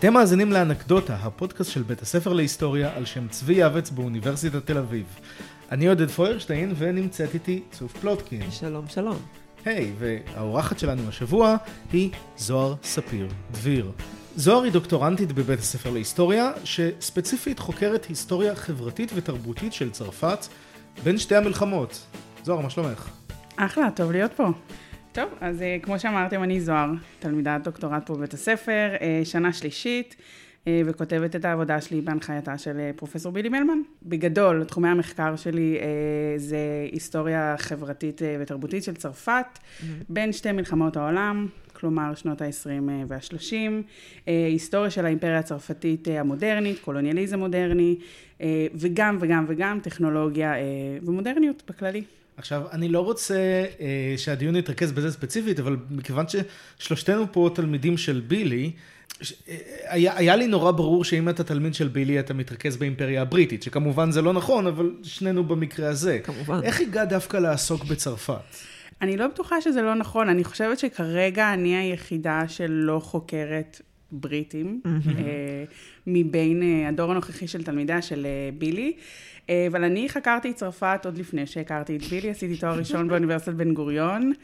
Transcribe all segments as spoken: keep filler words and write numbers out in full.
אתם מאזינים לאנקדוטה, הפודקאסט של בית הספר להיסטוריה על שם צבי יעבץ באוניברסיטת תל אביב. אני עודד פוירשטיין ונמצאת איתי צוף פלוטקין. שלום, שלום. היי, והאורחת שלנו השבוע היא זוהר ספיר דביר. זוהר היא דוקטורנטית בבית הספר להיסטוריה, שספציפית חוקרת היסטוריה חברתית ותרבותית של צרפת בין שתי המלחמות. זוהר, מה שלומך? אחלה, טוב להיות פה. טוב, אז כמו שאמרתם, אני זוהר, תלמידת דוקטורט פה בבית הספר, שנה שלישית, וכותבת את העבודה שלי בהנחייתה של פרופסור בילי מלמן. בגדול, תחומי המחקר שלי זה היסטוריה חברתית ותרבותית של צרפת, mm-hmm. בין שתי מלחמות העולם, כלומר שנות ה-עשרים וה-שלושים, היסטוריה של האימפריה הצרפתית המודרנית, קולוניאליזם מודרני, וגם וגם וגם טכנולוגיה ומודרניות בכללי. עכשיו, אני לא רוצה אה, שהדיון יתרכז בזה ספציפית, אבל מכיוון ששלושתנו פה תלמידים של בילי, ש, אה, היה, היה לי נורא ברור שאם אתה תלמיד של בילי, אתה מתרכז באימפריה הבריטית, שכמובן זה לא נכון, אבל שנינו במקרה הזה. כמובן. איך הגע דווקא לעסוק בצרפת? אני לא בטוחה שזה לא נכון, אני חושבת שכרגע אני היחידה שלא חוקרת בריטים, אה, מבין אה, הדור הנוכחי של תלמידיה של אה, בילי, אבל אני חקרתי את צרפת עוד לפני שהכרתי את בילי, עשיתי תואר ראשון באוניברסיטת בן גוריון,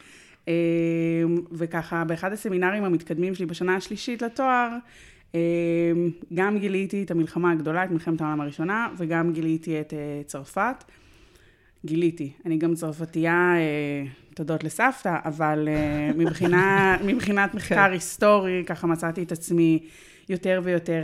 וככה באחד הסמינרים המתקדמים שלי בשנה השלישית לתואר, גם גיליתי את המלחמה הגדולה, את מלחמת העולם הראשונה, וגם גיליתי את צרפת. גיליתי, אני גם צרפתייה, תודות לסבתא, אבל מבחינה, מבחינת מחקר היסטורי, ככה מצאתי את עצמי יותר ויותר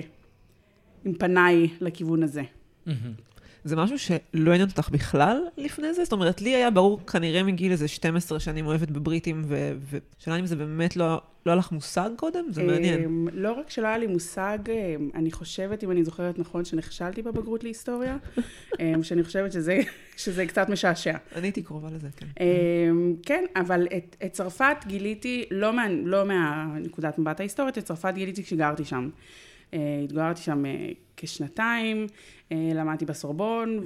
עם פניי לכיוון הזה. זה משהו שלא עניין אותך בכלל לפני זה? זאת אומרת, לי היה ברור כנראה מגיל איזה שתים עשרה שנים אוהבת בבריטים, ושאלה אם זה באמת לא היה לך מושג קודם? זה מעניין. לא רק שלא היה לי מושג, אני חושבת, אם אני זוכרת נכון, שנכשלתי בבגרות להיסטוריה, שאני חושבת שזה קצת משעשע. אני הייתי קרובה לזה, כן. כן, אבל את צרפת גיליתי, לא מהנקודת מבט ההיסטורית, את צרפת גיליתי כשגרתי שם. התגוררתי שם כשנתיים, למדתי בסורבון,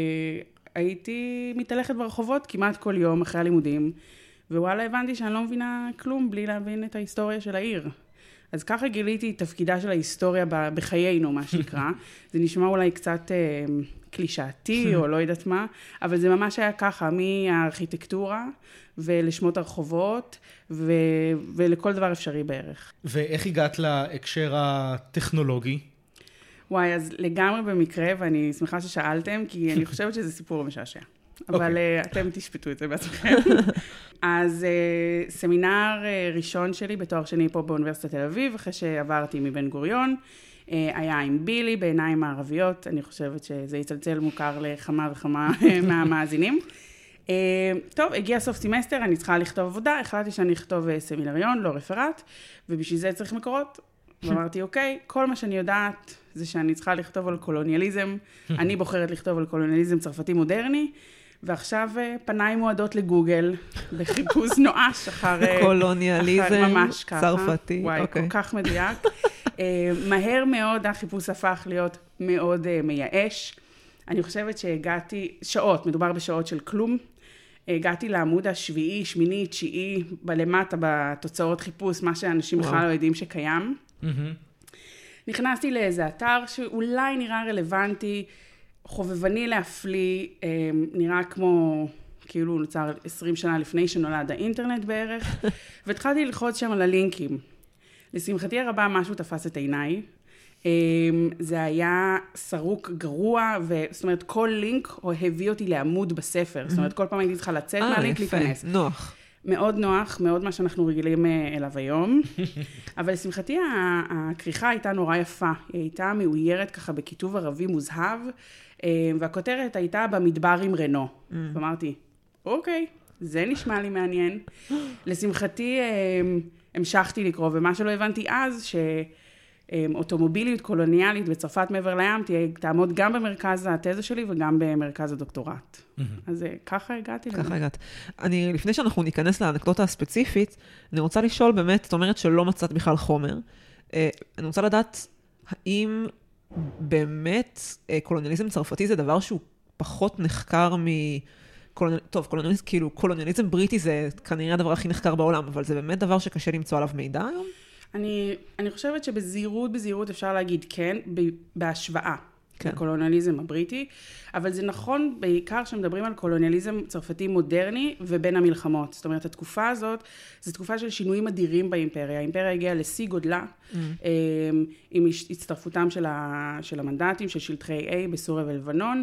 והייתי מתהלכת ברחובות כמעט כל יום אחרי הלימודים, ווואלה הבנתי שאני לא מבינה כלום בלי להבין את ההיסטוריה של העיר. אז ככה גיליתי תפקידה של ההיסטוריה בחיינו, מה שנקרא. זה נשמע אולי קצת קלישאתי או לא יודעת מה, אבל זה ממש היה ככה, מהארכיטקטורה ולשמות הרחובות, ו... ולכל דבר אפשרי בערך. ואיך הגעת להקשר הטכנולוגי? וואי, אז לגמרי במקרה, ואני שמחה ששאלתם, כי אני חושבת שזה סיפור משעשע. אבל okay. אתם תשפטו את זה בעצמכם. אז uh, סמינר uh, ראשון שלי בתואר שני פה באוניברסיטת תל אביב, אחרי שעברתי מבן גוריון, uh, היה עם בילי בעיניים הערביות, אני חושבת שזה יצלצל מוכר לכמה וכמה מהמאזינים. Uh, טוב, הגיע סוף סמסטר, אני צריכה לכתוב עבודה, החלטתי שאני אכתוב uh, סמינריון, לא רפרט, ובשביל זה צריך מקורות. ואמרתי, אוקיי, כל מה שאני יודעת זה שאני צריכה לכתוב על קולוניאליזם, אני בוחרת לכתוב על קולוניאליזם צרפתי מודרני, ועכשיו פניי מועדות לגוגל, בחיפוש נואש אחר... קולוניאליזם צרפתי. וואי, כל כך מדויק. מהר מאוד החיפוש הפך להיות מאוד מייאש. אני חושבת שהגעתי, שעות, מדובר בשעות של כלום, הגעתי לעמוד השביעי, שמיני, תשיעי, בלמטה, בתוצאות חיפוש, מה שאנשים בכלל לא יודעים שקיים. נכנסתי לאיזה אתר שאולי נראה רלוונטי, חובבני להפליא, נראה כמו, כאילו נוצר עשרים שנה לפני שנולד האינטרנט בערך, והתחלתי ללחוץ שם על הלינקים. לשמחתי הרבה משהו תפס את עיניי, זה היה סרוק גרוע, זאת אומרת כל לינק הביא אותי לעמוד בספר, זאת אומרת כל פעם הייתי צריכה לצאת מהלינק להיכנס. נוח. מאוד נוח, מאוד מה שאנחנו רגילים אליו היום, אבל לשמחתי הכריכה הייתה נורא יפה, היא הייתה מאוירת ככה בכיתוב ערבי מוזהב, והכותרת הייתה במדבר עם רנו. ואמרתי, אוקיי, זה נשמע לי מעניין. לשמחתי המשכתי לקרוא, ומה שלא הבנתי אז, שאוטומוביליות קולוניאלית בצרפת מעבר לים, תעמוד גם במרכז התזה שלי וגם במרכז הדוקטורט. אז ככה הגעתי. ככה הגעת. אני, לפני שאנחנו ניכנס לאנקדוטה הספציפית, אני רוצה לשאול באמת, זאת אומרת שלא מצאת בכלל חומר. אני רוצה לדעת, האם באמת קולוניאליזם צרפתי זה דבר שהוא פחות נחקר מ... טוב, קולוניאליזם, כאילו, קולוניאליזם בריטי זה כנראה הדבר הכי נחקר בעולם, אבל זה באמת דבר שקשה למצוא עליו מידע היום? אני, אני חושבת שבזהירות, בזהירות אפשר להגיד כן, בהשוואה. כן. לקולוניאליזם הבריטי, אבל זה נכון בעיקר שמדברים על קולוניאליזם צרפתי מודרני ובין המלחמות. זאת אומרת, התקופה הזאת, זו תקופה של שינויים אדירים באימפריה. האימפריה הגיעה לשיא גודלה, mm. עם הצטרפותם של, ה, של המנדטים, של שלטי A בסוריה ולבנון,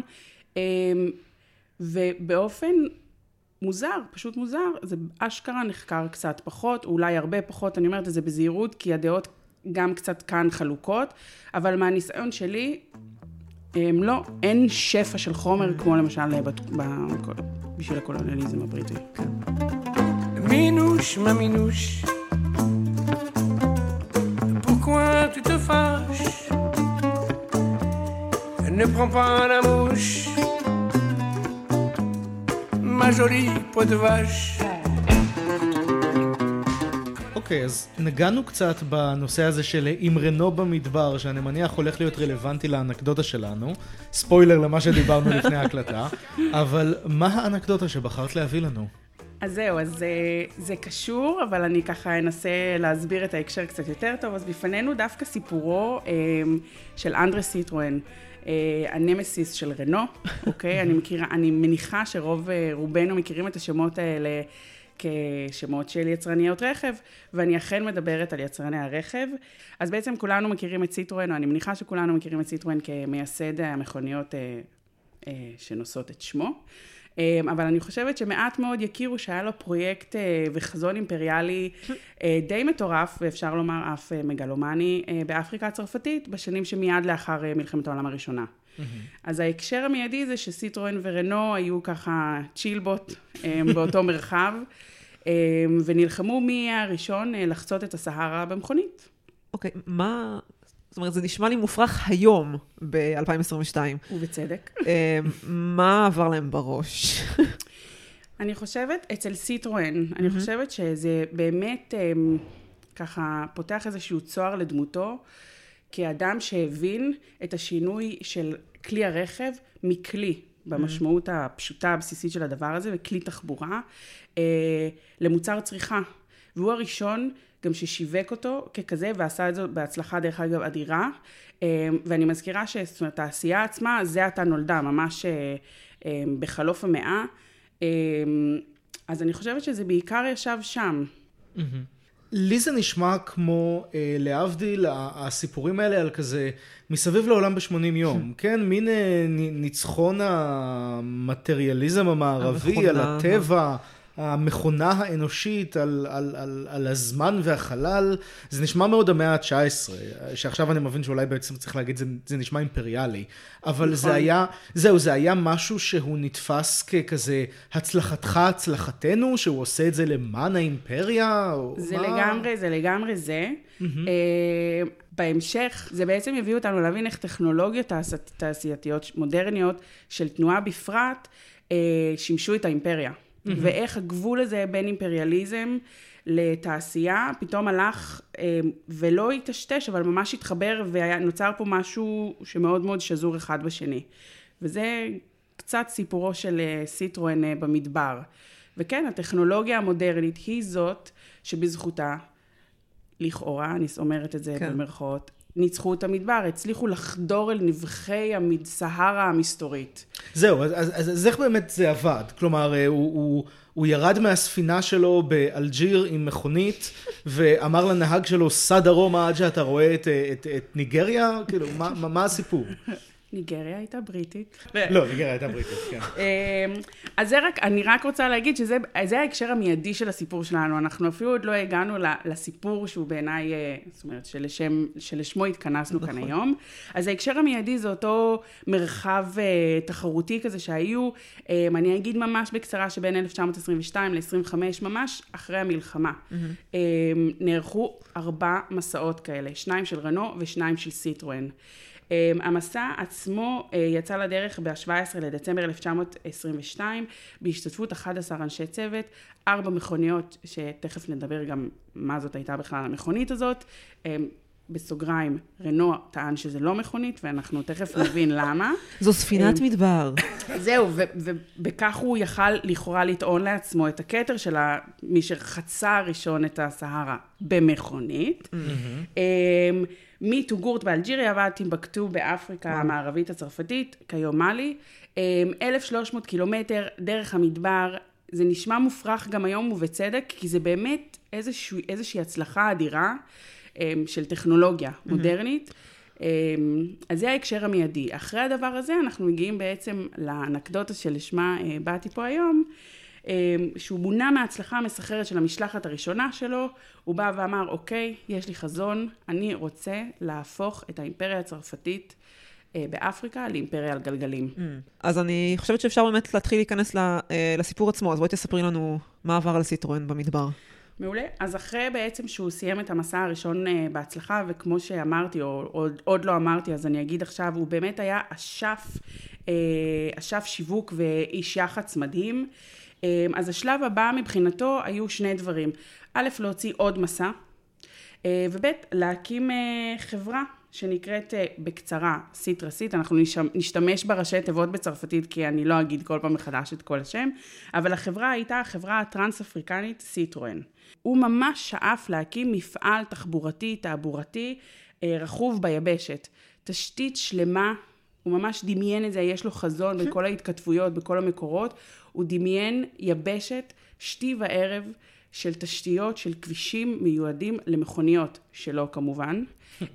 ובאופן מוזר, פשוט מוזר, זה אשכרה נחקר קצת פחות, אולי הרבה פחות, אני אומרת את זה בזהירות, כי הדעות גם קצת כאן חלוקות, אבל מהניסיון שלי, הם לא, אין שפע של חומר כמו למשל בשביל הקולוניאליזם הבריטי. מינוש, מה מינוש? Pourquoi tu te fâches? Ne prends pas la mouche, ma jolie peau de vache. אוקיי, אז נגענו קצת בנושא הזה של עם רנו במדבר, שאני מניח הולך להיות רלוונטי לאנקדוטה שלנו. ספוילר למה שדיברנו לפני ההקלטה. אבל מה האנקדוטה שבחרת להביא לנו? אז זהו, אז זה, זה קשור, אבל אני ככה אנסה להסביר את ההקשר קצת יותר טוב. אז בפנינו דווקא סיפורו של אנדרה סיטרואן, הנמסיס של רנו, אוקיי? אני מכירה, אני מניחה שרוב רובנו מכירים את השמות האלה כשמות של יצרניות רכב, ואני אכן מדברת על יצרני הרכב. אז בעצם כולנו מכירים את סיטרואן, או אני מניחה שכולנו מכירים את סיטרואן כמייסד המכוניות שנושאות את שמו. אבל אני חושבת שמעט מאוד יכירו שהיה לו פרויקט וחזון אימפריאלי די מטורף, ואפשר לומר אף מגלומני, באפריקה הצרפתית, בשנים שמיד לאחר מלחמת העולם הראשונה. אז ההקשר המיידי זה שסיטרואן ורנו היו ככה צ'ילבוט באותו מרחב, ונלחמו מי הראשון לחצות את הסהרה במכונית. אוקיי, מה... זאת אומרת, זה נשמע לי מופרך היום, ב-אלפיים עשרים ושתיים. ובצדק. מה עבר להם בראש? אני חושבת, אצל סיטרואן, אני חושבת שזה באמת ככה פותח איזשהו צוהר לדמותו, כאדם שהבין את השינוי של כלי הרכב מכלי, במשמעות הפשוטה, הבסיסית של הדבר הזה, וכלי תחבורה, למוצר צריכה. והוא הראשון גם ששיווק אותו ככזה, ועשה את זה בהצלחה דרך אגב אדירה, ואני מזכירה שהתעשייה עצמה, זה עתה נולדה, ממש בחלוף המאה, אז אני חושבת שזה בעיקר ישב שם. לי זה נשמע כמו, אה, להבדיל, הסיפורים האלה על כזה, מסביב לעולם ב-שמונים יום, כן? מין אה, ניצחון המטריאליזם המערבי, המכונה, על הטבע, המכונה האנושית, על, על, על, על הזמן והחלל. זה נשמע מאוד המאה ה-תשע עשרה, שעכשיו אני מבין שאולי בעצם צריך להגיד, זה, זה נשמע אימפריאלי, אבל נכון. זה היה, זהו, זה היה משהו שהוא נתפס ככזה, הצלחתך, הצלחתנו, שהוא עושה את זה למען האימפריה? זה מה? לגמרי, זה לגמרי זה. Mm-hmm. Uh, בהמשך, זה בעצם הביא אותנו להבין איך טכנולוגיות תעשייתיות מודרניות של תנועה בפרט, uh, שימשו את האימפריה. Mm-hmm. ואיך הגבול הזה בין אימפריאליזם לתעשייה פתאום הלך ולא התשתש, אבל ממש התחבר ונוצר פה משהו שמאוד מאוד שזור אחד בשני. וזה קצת סיפורו של סיטרואן במדבר. וכן, הטכנולוגיה המודרנית היא זאת שבזכותה, לכאורה, אני אומרת את זה כן. במרכאות, ניצחו את המדבר, הצליחו לחדור אל נבחי הסהרה המסתורית. זהו, אז, אז, אז איך באמת זה עבד? כלומר, הוא, הוא, הוא ירד מהספינה שלו באלג'יר עם מכונית, ואמר לנהג שלו, סע דרומה עד שאתה רואה את, את, את ניגריה? כאילו, מה, מה, מה הסיפור? ניגריה הייתה בריטית. לא, ניגריה הייתה בריטית, כן. אז זה רק, אני רק רוצה להגיד שזה זה ההקשר המיידי של הסיפור שלנו. אנחנו אפילו עוד לא הגענו לסיפור שהוא בעיניי, זאת אומרת, שלשם, שלשמו התכנסנו כאן היום. אז ההקשר המיידי זה אותו מרחב תחרותי כזה שהיו, אני אגיד ממש בקצרה שבין אלף תשע מאות עשרים ושתיים ל-עשרים וחמש, ממש אחרי המלחמה. נערכו ארבע מסעות כאלה, שניים של רנו ושניים של סיטרואן. המסע עצמו יצא לדרך ב-שבעה עשר לדצמבר אלף תשע מאות עשרים ושתיים, בהשתתפות אחד עשר אנשי צוות, ארבע מכוניות, שתכף נדבר גם מה זאת הייתה בכלל המכונית הזאת, בסוגריים, רנו טען שזה לא מכונית, ואנחנו תכף נבין למה. זו ספינת מדבר. זהו, ובכך הוא יכל לכאורה לטעון לעצמו את הכתר של מי שחצה ראשון את הסהרה במכונית. מטוגורט באלג'יריה ועד טימבקטו באפריקה המערבית הצרפתית, כיום מאלי. אלף ושלוש מאות קילומטר דרך המדבר, זה נשמע מופרך גם היום ובצדק, כי זה באמת איזושהי, איזושהי הצלחה אדירה של טכנולוגיה מודרנית. אז זה ההקשר המיידי. אחרי הדבר הזה אנחנו מגיעים בעצם לאנקדוטה שלשמה באתי פה היום, שהוא מונע מההצלחה המסחררת של המשלחת הראשונה שלו, הוא בא ואמר, אוקיי, יש לי חזון, אני רוצה להפוך את האימפריה הצרפתית באפריקה לאימפריה על גלגלים. אז אני חושבת שאפשר באמת להתחיל להיכנס לסיפור עצמו, אז בואי תספרי לנו מה עבר על סיטרואן במדבר. מעולה. אז אחרי בעצם שהוא סיים את המסע הראשון בהצלחה, וכמו שאמרתי, או עוד, עוד לא אמרתי, אז אני אגיד עכשיו, הוא באמת היה אשף, אשף שיווק ואיש יח"צ מדהים. אז השלב הבא מבחינתו היו שני דברים. א', להוציא עוד מסע, וב', להקים חברה שנקראת בקצרה סיטרסית. אנחנו נשתמש בראשי תיבות בצרפתית, כי אני לא אגיד כל פעם מחדש את כל השם, אבל החברה הייתה החברה הטרנס-אפריקנית סיטרואן. הוא ממש שאף להקים מפעל תחבורתי, תעבורתי, רכוב ביבשת. תשתית שלמה, הוא ממש דמיין את זה, יש לו חזון בין כל ההתכתבויות, בכל המקורות, הוא דמיין יבשת, שתי וערב, של תשתיות, של כבישים מיועדים למכוניות שלו כמובן.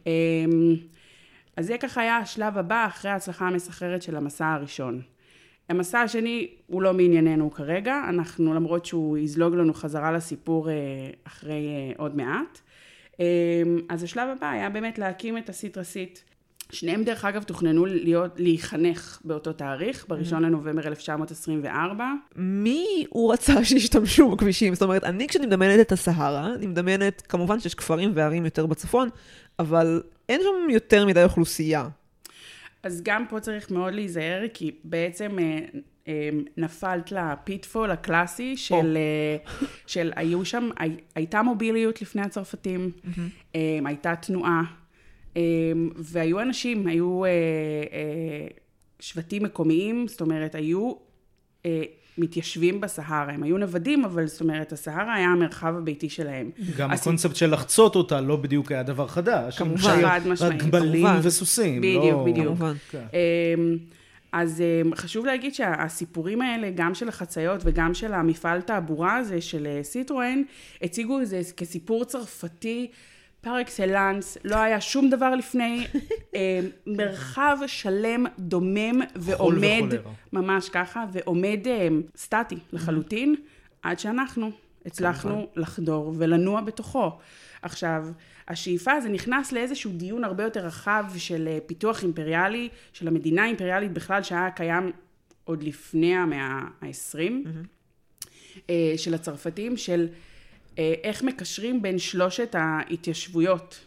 אז זה ככה היה השלב הבא אחרי ההצלחה המסחררת של המסע הראשון. המסע השני הוא לא מענייננו כרגע, אנחנו למרות שהוא יזלוג לנו חזרה לסיפור אחרי עוד מעט. אז השלב הבא היה באמת להקים את הסיטרסית. שניהם דרך אגב תוכננו להיות, להיחנך באותו תאריך, בראשון לנובמבר אלף תשע מאות עשרים וארבע. מי הוא רצה שישתמשו בכבישים? זאת אומרת, אני כשאני מדמיינת את הסהרה, אני מדמיינת, כמובן שיש כפרים וערים יותר בצפון, אבל אין שם יותר מדי אוכלוסייה. אז גם פה צריך מאוד להיזהר, כי בעצם אה, אה, נפלת לפיטפול הקלאסי של, אה, של היו שם, הי, הייתה מוביליות לפני הצרפתים, mm-hmm. אה, הייתה תנועה, והיו אנשים, היו שבטים מקומיים, זאת אומרת, היו מתיישבים בסהרה, הם היו נוודים, אבל זאת אומרת, הסהרה היה המרחב הביתי שלהם. גם הקונספט של לחצות אותה לא בדיוק היה דבר חדש. כמובן, חד משמעית. רק גמלים וסוסים. בדיוק, בדיוק. אז חשוב להגיד שהסיפורים האלה, גם של החציות וגם של המפעל תעבורה הזה של סיטרואן, הציגו את זה כסיפור צרפתי, פר אקסלנס, לא היה שום דבר לפני, מרחב שלם דומם ועומד, ממש ככה, ועומד סטטי לחלוטין, עד שאנחנו הצלחנו לחדור ולנוע בתוכו. עכשיו, השאיפה זה נכנס לאיזשהו דיון הרבה יותר רחב של פיתוח אימפריאלי, של המדינה האימפריאלית בכלל שהיה קיים עוד לפני המאה ה-עשרים, של הצרפתים, של איך מקשרים בין שלושת ההתיישבויות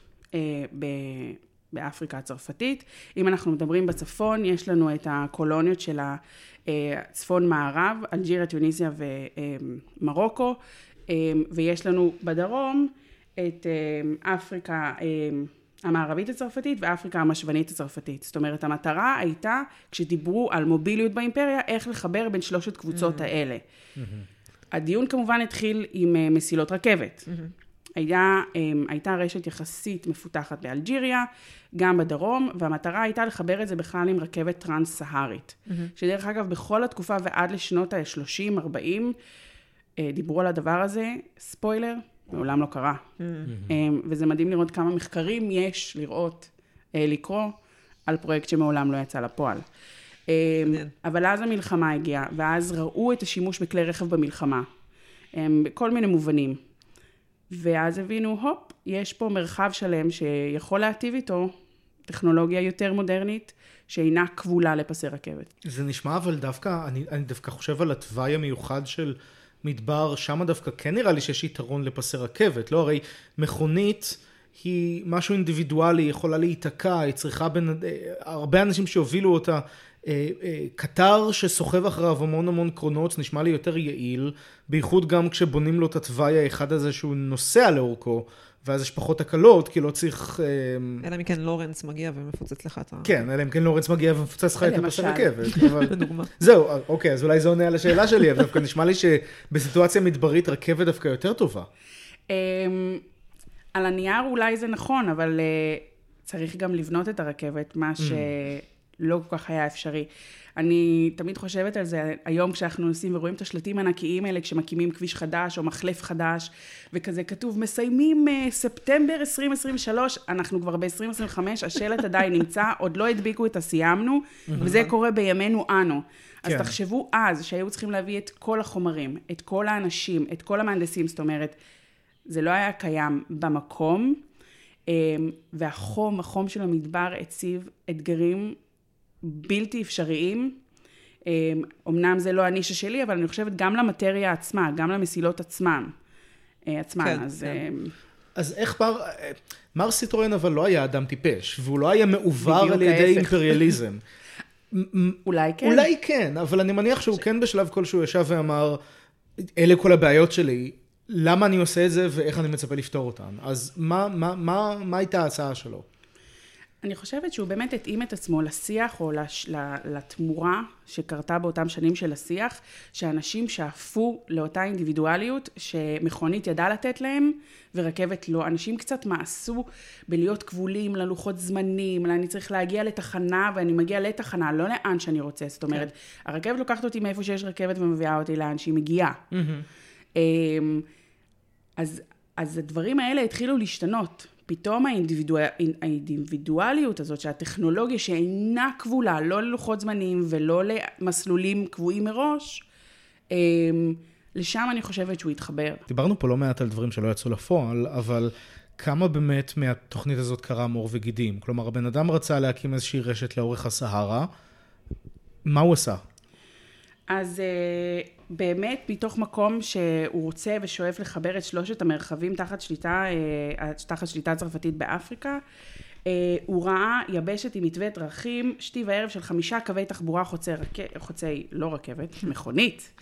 באפריקה הצרפתית. אם אנחנו מדברים בצפון, יש לנו את הקולוניות של הצפון מערב, אלג'יריה, טוניסיה ומרוקו, ויש לנו בדרום את אפריקה המערבית הצרפתית ואפריקה המשוונית הצרפתית. זאת אומרת, המטרה הייתה, כשדיברו על מוביליות באימפריה, איך לחבר בין שלושת קבוצות האלה. הדיון כמובן התחיל עם מסילות רכבת. היה, הייתה רשת יחסית מפותחת באלג'יריה, גם בדרום, והמטרה הייתה לחבר את זה בכלל עם רכבת טרנס-סהרית. שדרך אגב, בכל התקופה ועד לשנות ה-שלושים ארבעים, דיברו על הדבר הזה, ספוילר, מעולם לא קרה. וזה מדהים לראות כמה מחקרים יש לראות, לקרוא, על פרויקט שמעולם לא יצא לפועל. אבל אז המלחמה הגיעה, ואז ראו את השימוש בכלי רכב במלחמה, בכל מיני מובנים. ואז הבינו, הופ, יש פה מרחב שלם שיכול להטיב איתו טכנולוגיה יותר מודרנית, שאינה כבולה לפסי רכבת. זה נשמע אבל דווקא, אני, אני דווקא חושב על התוואי המיוחד של מדבר, שם דווקא כן נראה לי שיש יתרון לפסי רכבת, לא? הרי מכונית היא משהו אינדיבידואלי, יכולה להיתקע, היא צריכה בין, הרבה אנשים שהובילו אותה, קטר שסוחב אחריו המון המון קרונות, נשמע לי יותר יעיל, בייחוד גם כשבונים לו את התוואי האחד הזה שהוא נוסע לאורכו, ואז יש פחות הקלות, כי לא צריך... אלא מכן לורנס מגיע ומפוצץ לך את ה... כן, אלא מכן לורנס מגיע ומפוצץ לך את הפס הרכבת. בדוגמה. זהו, אוקיי, אז אולי זה עונה על השאלה שלי, אבל דווקא נשמע לי שבסיטואציה מדברית רכבת דווקא יותר טובה. על הנייר אולי זה נכון, אבל צריך גם לבנות את הרכבת, מה שלא כל כך היה אפשרי. אני תמיד חושבת על זה, היום כשאנחנו נוסעים ורואים את השלטים הענקיים האלה, כשמקימים כביש חדש או מחלף חדש, וכזה כתוב, מסיימים ספטמבר עשרים עשרים ושלוש, אנחנו כבר ב-עשרים עשרים וחמש, השלט עדיין נמצא, עוד לא הדביקו את הסיימנו, וזה קורה בימינו אנו. אז תחשבו אז, שהיו צריכים להביא את כל החומרים, את כל האנשים, את כל המהנדסים, זאת אומרת, זה לא היה קיים במקום, והחום, החום של המדבר הציב אתגרים בלתי אפשריים. אמנם זה לא הנישה שלי, אבל אני חושבת גם למטריה עצמה, גם למסילות עצמן. עצמן, כן, אז... כן. אז איך מר... מר סיטרואן אבל לא היה אדם טיפש, והוא לא היה מעובר בדיוק על ידי ההפך. אימפריאליזם. אולי כן. אולי כן, אבל אני מניח שהוא כן בשלב כלשהו ישב ואמר, אלה כל הבעיות שלי, למה אני עושה את זה ואיך אני מצפה לפתור אותן. אז מה, מה, מה, מה הייתה ההצעה שלו? אני חושבת שהוא באמת התאים את עצמו לשיח או לש, לתמורה שקרתה באותם שנים של השיח, שאנשים שאפו לאותה אינדיבידואליות שמכונית ידעה לתת להם ורכבת לא. אנשים קצת מעשו בלהיות כבולים ללוחות זמנים, אני צריך להגיע לתחנה ואני מגיע לתחנה, לא לאן שאני רוצה. זאת אומרת, כן. הרכבת לוקחת אותי מאיפה שיש רכבת ומביאה אותי לאן שהיא מגיעה. Mm-hmm. אז, אז הדברים האלה התחילו להשתנות. פתאום האינדיבידואל, האינדיבידואליות הזאת, שהטכנולוגיה שאינה כבולה, לא ללוחות זמנים ולא למסלולים קבועים מראש, לשם אני חושבת שהוא יתחבר. דיברנו פה לא מעט על דברים שלא יצאו לפועל, אבל כמה באמת מהתוכנית הזאת קרה מור וגידים? כלומר, הבן אדם רצה להקים איזושהי רשת לאורך הסהרה, מה הוא עשה? אז באמת, מתוך מקום שהוא רוצה ושואף לחבר את שלושת המרחבים תחת שליטה, תחת שליטה צרפתית באפריקה, הוא ראה יבשת עם מתווה דרכים, שתי וערב של חמישה קווי תחבורה חוצי, חוצי לא רכבת, מכונית,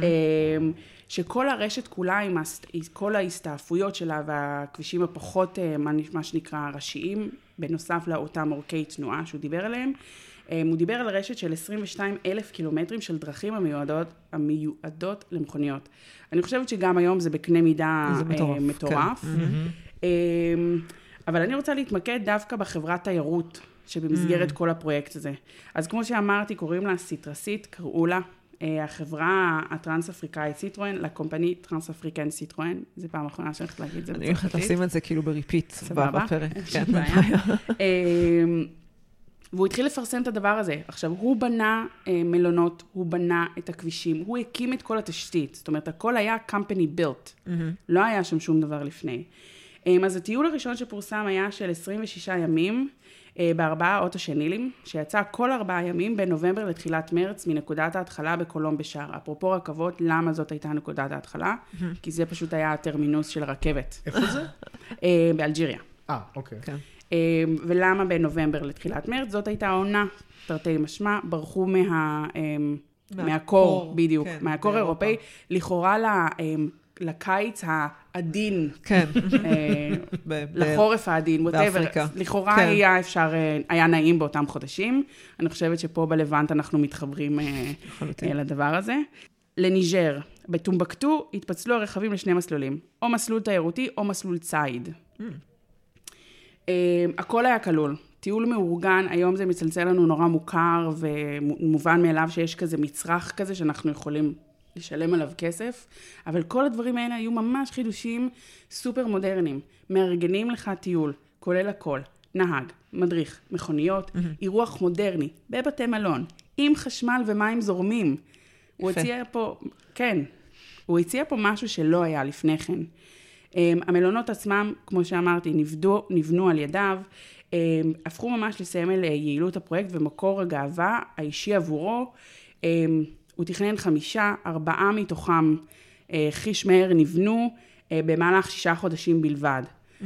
שכל הרשת כולה עם כל ההסתעפויות שלה והכבישים הפחות, מה שנקרא, ראשיים, בנוסף לאותם אורכי תנועה שהוא דיבר עליהם, הוא דיבר על רשת של עשרים ושניים אלף קילומטרים של דרכים המיועדות, המיועדות למכוניות. אני חושבת שגם היום זה בקנה מידה מטורף. מטורף. כן. אבל אני רוצה להתמקד דווקא בחברת תיירות, שבמסגרת כל הפרויקט הזה. אז כמו שאמרתי, קוראים לה סיטרסית, קראו לה החברה הטרנס-אפריקאית סיטרואן, לקומפני טרנס-אפריקן סיטרואן. זה פעם האחרונה שאני הולכת להגיד את זה. אני הולכת לשים את זה כאילו בריפיט בפרק. כן, בעיה. והוא התחיל לפרסם את הדבר הזה. עכשיו, הוא בנה אה, מלונות, הוא בנה את הכבישים, הוא הקים את כל התשתית. זאת אומרת, הכל היה company built. Mm-hmm. לא היה שם שום דבר לפני. אה, אז הטיול הראשון שפורסם היה של עשרים ושישה ימים, אה, בארבעה אוטושנילים, שיצא כל ארבעה ימים בין נובמבר לתחילת מרץ, מנקודת ההתחלה בקולום בשאר. אפרופו רכבות, למה זאת הייתה נקודת ההתחלה? Mm-hmm. כי זה פשוט היה הטרמינוס של הרכבת. איפה זה? אה, באלג'יריה. אה, אוקיי. כן. ולמה בנובמבר לתחילת מרץ? זאת הייתה העונה, תרתי משמע, ברחו מה, מהקור, בדיוק, כן, מהקור האירופאי, לכאורה לקיץ העדין, כן. לחורף העדין, באפריקה. לכאורה כן. היה אפשר, היה נעים באותם חודשים, אני חושבת שפה בלבנט אנחנו מתחברים לדבר הזה. לניג'ר, בטומבקטו התפצלו הרכבים לשני מסלולים, או מסלול תיירותי או מסלול צייד. Mm. הכל היה כלול, טיול מאורגן, היום זה מצלצל לנו נורא מוכר ומובן מאליו שיש כזה מצרך כזה שאנחנו יכולים לשלם עליו כסף, אבל כל הדברים האלה היו ממש חידושים סופר מודרניים, מארגנים לך טיול, כולל הכל, נהג, מדריך, מכוניות, אירוח מודרני, בבתי מלון, עם חשמל ומים זורמים. הוא הציע פה, כן, הוא הציע פה משהו שלא היה לפני כן. המלונות עצמם, כמו שאמרתי, נבדו, נבנו על ידיו, הפכו ממש לסמל יעילות הפרויקט ומקור הגאווה האישי עבורו. הוא תכנן חמישה, ארבעה מתוכם חיש מהר נבנו במהלך שישה חודשים בלבד.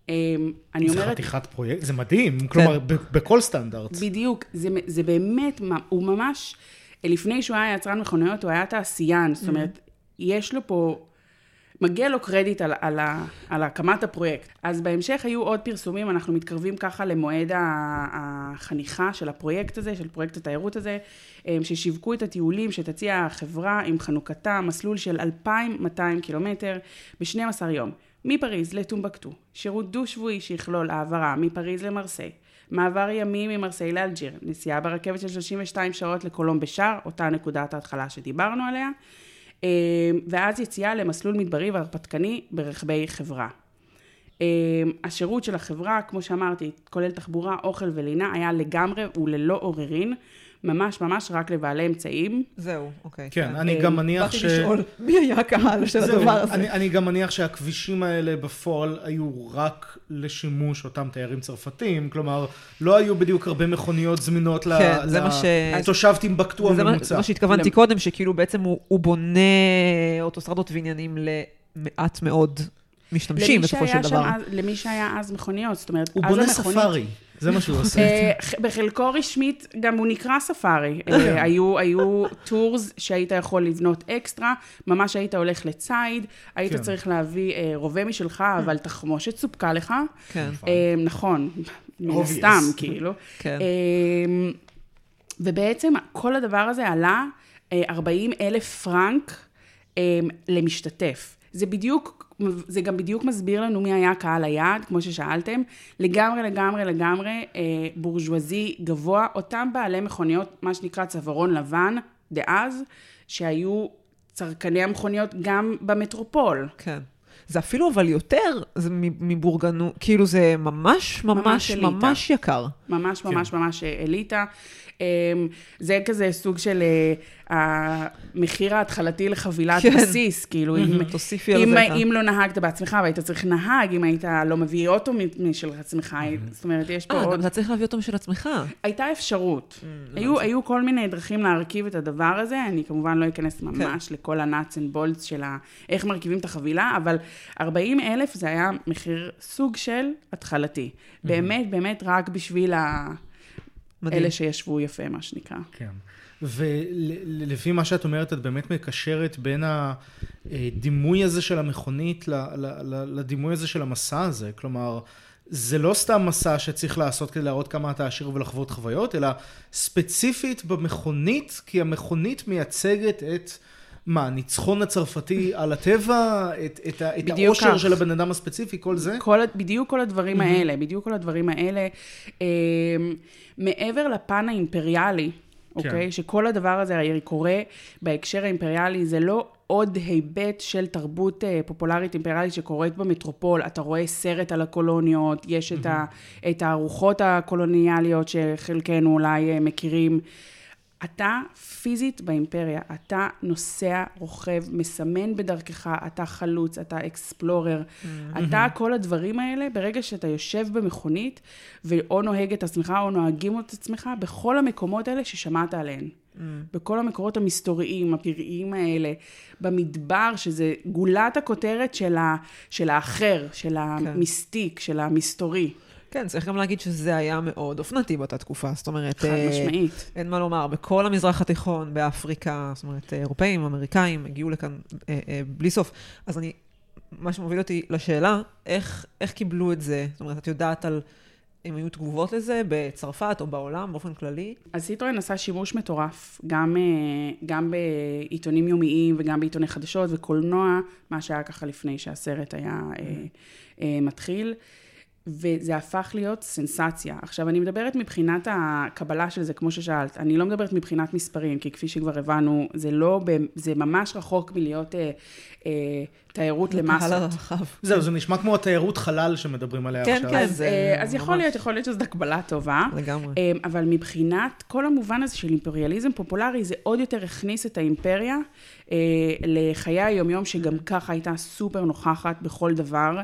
אני זה אומרת... חתיכת פרויקט, זה מדהים, כלומר, בכל סטנדרט. בדיוק, זה, זה באמת, הוא ממש, לפני שהוא היה יצרן מכוניות, הוא היה תעשיין, זאת אומרת, יש לו פה, מגיע לו קרדיט על, על, על הקמת הפרויקט. אז בהמשך היו עוד פרסומים, אנחנו מתקרבים ככה למועד החניכה של הפרויקט הזה, של פרויקט התיירות הזה, ששיווקו את הטיולים שתציע החברה עם חנוכתה, מסלול של אלפיים ומאתיים קילומטר ב-שנים עשר יום. מפריז לטומבקטו, שירות דו-שבועי שיכלול העברה מפריז למרסיי, מעבר ימים ממרסיי לאלג'יר, נסיעה ברכבת של שלושים ושתיים שעות לקולום בשאר, אותה נקודת ההתחלה שדיברנו עליה, ואז יציאה למסלול מדברי והרפתקני ברכבי חברה. השירות של החברה, כמו שאמרתי, כולל תחבורה, אוכל ולינה, היה לגמרי וללא עוררין, ממש ממש רק לבעלי אמצעים. זהו, אוקיי. כן, אני גם מניח ש... באתי לשאול, מי היה הקהל של הדבר הזה? אני, אני גם מניח שהכבישים האלה בפועל היו רק לשימוש אותם תיירים צרפתים, כלומר, לא היו בדיוק הרבה מכוניות זמינות לתושב טימבקטו הממוצע. זה מה שהתכוונתי קודם, שכאילו בעצם הוא בונה אוטוסטרדות ועניינים למעט מאוד משתמשים בסופו של דבר. למי שהיה אז מכוניות, זאת אומרת, הוא בונה ספארי. זה מה שהוא עושה. בחלקו רשמית, גם הוא נקרא ספארי. היו טורס שהיית יכול לבנות אקסטרה, ממש היית הולך לצייד, היית צריך להביא רובה משלך, אבל תחמושת סופקה לך. נכון, מן סתם, כאילו. ובעצם כל הדבר הזה עלה ארבעים אלף פרנק למשתתף. זה בדיוק, זה גם בדיוק מסביר לנו מי היה קהל היעד, כמו ששאלתם, לגמרי, לגמרי, לגמרי, אה, בורז'ואזי גבוה, אותם בעלי מכוניות, מה שנקרא צווארון לבן, דאז, שהיו צרכני המכוניות גם במטרופול. כן. זה אפילו אבל יותר, זה מבורגנו, כאילו זה ממש, ממש, ממש, ממש יקר. ממש, ממש, כן. ממש אליטה. זה כזה סוג של המחיר ההתחלתי לחבילת כן. בסיס, כאילו, אם, תוסיפי אם, על זה. אם לא נהגת בעצמך, והיית צריך נהג, אם היית לא מביא אוטו משל עצמך, זאת אומרת, יש פה 아, עוד... אתה צריך להביא אוטו משל עצמך. הייתה אפשרות. היו, היו כל מיני דרכים להרכיב את הדבר הזה, אני כמובן לא אכנס ממש כן. לכל הנאץ אנד בולטס של איך מרכיבים את החבילה, אבל ארבעים אלף זה היה מחיר סוג של התחלתי. באמת, באמת רק בשביל ה... מדהים. אלה שישבו יפה, מה שנקרא. כן. ולפי מה שאת אומרת, את באמת מקשרת בין הדימוי הזה של המכונית לדימוי הזה של המסע הזה. כלומר, זה לא סתם מסע שצריך לעשות כדי להראות כמה אתה עשיר ולחוות חוויות, אלא ספציפית במכונית, כי המכונית מייצגת את... מה, ניצחון הצרפתי על הטבע, את, את, את האושר של הבן אדם הספציפי, כל זה? כל, בדיוק כל הדברים mm-hmm. האלה, בדיוק כל הדברים האלה. אה, מעבר לפן האימפריאלי, כן. אוקיי? שכל הדבר הזה הרי קורה בהקשר האימפריאלי, זה לא עוד היבט של תרבות אה, פופולרית אימפריאלית שקורית במטרופול. אתה רואה סרט על הקולוניות, יש mm-hmm. את, ה, את הארוחות הקולוניאליות שחלקנו אולי אה, מכירים, אתה פיזית באימפריה, אתה נוסע, רוכב, מסמן בדרכך, אתה חלוץ, אתה אקספלורר, mm-hmm. אתה כל הדברים האלה, ברגע שאתה יושב במכונית, ואו נוהג את עצמך, או נוהגים את עצמך, בכל המקומות האלה ששמעת עליהן. Mm-hmm. בכל המקורות המסתוריים, הפראיים האלה, במדבר, שזה גולת הכותרת של, ה, של האחר, של המיסטיק, של המסתורי. כן, צריך גם להגיד שזה היה מאוד אופנתי באותה תקופה, זאת אומרת... חד משמעית. אין מה לומר, בכל המזרח התיכון, באפריקה, זאת אומרת, אירופאים, אמריקאים, הגיעו לכאן אה, אה, בלי סוף. אז אני, מה שמוביל אותי לשאלה, איך, איך קיבלו את זה? זאת אומרת, את יודעת על... אם היו תגובות לזה בצרפת או בעולם, באופן כללי? אז סיטרואן עשה שימוש מטורף, גם, גם בעיתונים יומיים וגם בעיתוני חדשות וקולנוע, מה שהיה ככה לפני שהסרט היה אה, אה, מתחיל. וזה הפך להיות סנסציה. עכשיו, אני מדברת מבחינת הקבלה של זה, כמו ששאלת, אני לא מדברת מבחינת מספרים, כי כפי שכבר הבנו, זה לא, זה ממש רחוק מלהיות אה, אה, תיירות למסות. קהל הרחב. זהו, זה נשמע כמו התיירות חלל שמדברים עליה כן, עכשיו. כן, אז, אה, אז יכול להיות, יכול להיות שזו הקבלה טובה. לגמרי. אה, אבל מבחינת כל המובן הזה של אימפריאליזם פופולרי, זה עוד יותר הכניס את האימפריה אה, לחיי היומיום, שגם ככה הייתה סופר נוכחת בכל דבר,